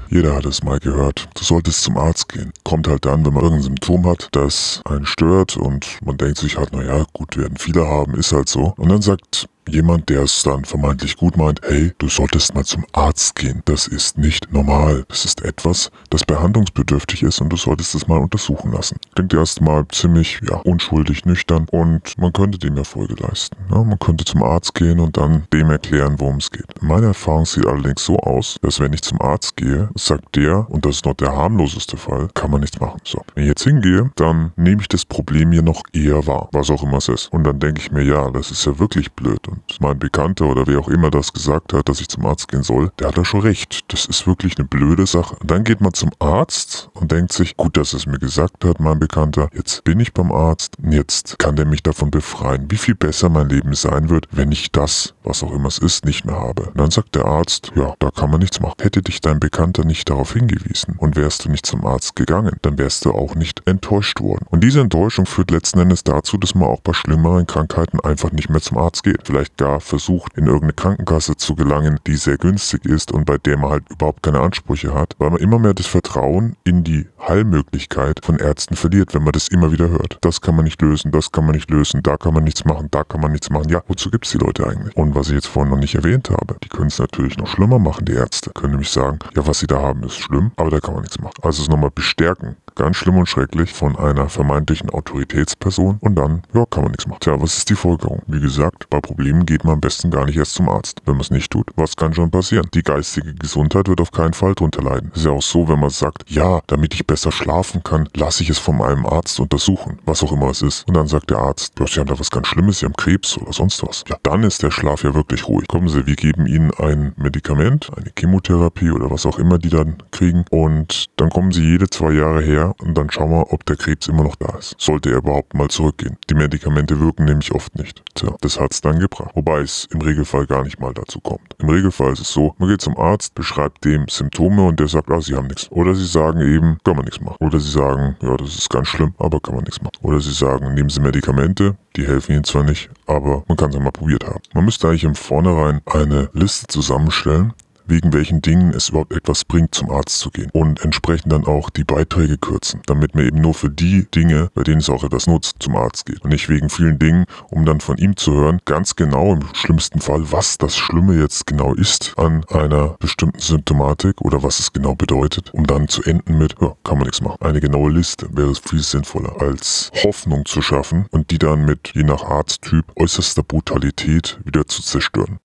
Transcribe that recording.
Jeder hat es mal gehört. Du solltest zum Arzt gehen. Kommt halt dann, wenn man irgendein Symptom hat, das einen stört und man denkt sich halt, naja, gut, werden viele haben, ist halt so. Und dann sagt jemand, der es dann vermeintlich gut meint, hey, du solltest mal zum Arzt gehen. Das ist nicht normal. Das ist etwas, das behandlungsbedürftig ist und du solltest es mal untersuchen lassen. Klingt erstmal ziemlich, unschuldig, nüchtern und man könnte dem Erfolge leisten. Ja, man könnte zum Arzt gehen und dann dem erklären, worum es geht. Meine Erfahrung sieht allerdings so aus, dass wenn ich zum Arzt gehe, sagt der, und das ist noch der harmloseste Fall, kann man nichts machen. So, wenn ich jetzt hingehe, dann nehme ich das Problem hier noch eher wahr, was auch immer es ist. Und dann denke ich mir, ja, das ist ja wirklich blöd. Und mein Bekannter oder wer auch immer das gesagt hat, dass ich zum Arzt gehen soll, der hat da schon recht. Das ist wirklich eine blöde Sache. Und dann geht man zum Arzt und denkt sich, gut, dass es mir gesagt hat, mein Bekannter, jetzt bin ich beim Arzt und jetzt kann der mich davon befreien, wie viel besser mein Leben sein wird, wenn ich das, was auch immer es ist, nicht mehr habe. Und dann sagt der Arzt, ja, da kann man nichts machen. Hätte dich dein Bekannter nicht darauf hingewiesen und wärst du nicht zum Arzt gegangen, dann wärst du auch nicht enttäuscht worden. Und diese Enttäuschung führt letzten Endes dazu, dass man auch bei schlimmeren Krankheiten einfach nicht mehr zum Arzt geht. Vielleicht gar versucht, in irgendeine Krankenkasse zu gelangen, die sehr günstig ist und bei der man halt überhaupt keine Ansprüche hat, weil man immer mehr das Vertrauen in die Heilmöglichkeit von Ärzten verliert, wenn man das immer wieder hört. Das kann man nicht lösen, das kann man nicht lösen, da kann man nichts machen, da kann man nichts machen. Ja, wozu gibt's die Leute eigentlich? Und was ich jetzt vorhin noch nicht erwähnt habe, die können es natürlich noch schlimmer machen, die Ärzte. Können nämlich sagen, ja, was sie da haben, ist schlimm, aber da kann man nichts machen. Also es nochmal bestärken, ganz schlimm und schrecklich, von einer vermeintlichen Autoritätsperson und dann, ja, kann man nichts machen. Tja, was ist die Folgerung? Wie gesagt, bei Problemen geht man am besten gar nicht erst zum Arzt. Wenn man es nicht tut, was kann schon passieren? Die geistige Gesundheit wird auf keinen Fall drunter leiden. Es ist ja auch so, wenn man sagt, ja, damit ich besser schlafen kann, lasse ich es von meinem Arzt untersuchen, was auch immer es ist. Und dann sagt der Arzt, ja, Sie haben da was ganz Schlimmes, Sie haben Krebs oder sonst was. Ja, dann ist der Schlaf ja wirklich ruhig. Kommen Sie, wir geben Ihnen ein Medikament, eine Chemotherapie oder was auch immer die dann kriegen und dann kommen Sie jede 2 Jahre her und dann schauen wir, ob der Krebs immer noch da ist. Sollte er überhaupt mal zurückgehen. Die Medikamente wirken nämlich oft nicht. Tja, das hat's dann gebracht. Wobei es im Regelfall gar nicht mal dazu kommt. Im Regelfall ist es so, man geht zum Arzt, beschreibt dem Symptome und der sagt, Sie haben nichts. Oder sie sagen eben, kann man nichts machen. Oder sie sagen, ja, das ist ganz schlimm, aber kann man nichts machen. Oder sie sagen, nehmen Sie Medikamente, die helfen Ihnen zwar nicht, aber man kann es ja mal probiert haben. Man müsste eigentlich im Vornherein eine Liste zusammenstellen, wegen welchen Dingen es überhaupt etwas bringt, zum Arzt zu gehen. Und entsprechend dann auch die Beiträge kürzen, damit man eben nur für die Dinge, bei denen es auch etwas nutzt, zum Arzt geht. Und nicht wegen vielen Dingen, um dann von ihm zu hören, ganz genau im schlimmsten Fall, was das Schlimme jetzt genau ist an einer bestimmten Symptomatik oder was es genau bedeutet, um dann zu enden mit, ja, kann man nichts machen. Eine genaue Liste wäre viel sinnvoller, als Hoffnung zu schaffen und die dann mit, je nach Arzttyp, äußerster Brutalität wieder zu zerstören.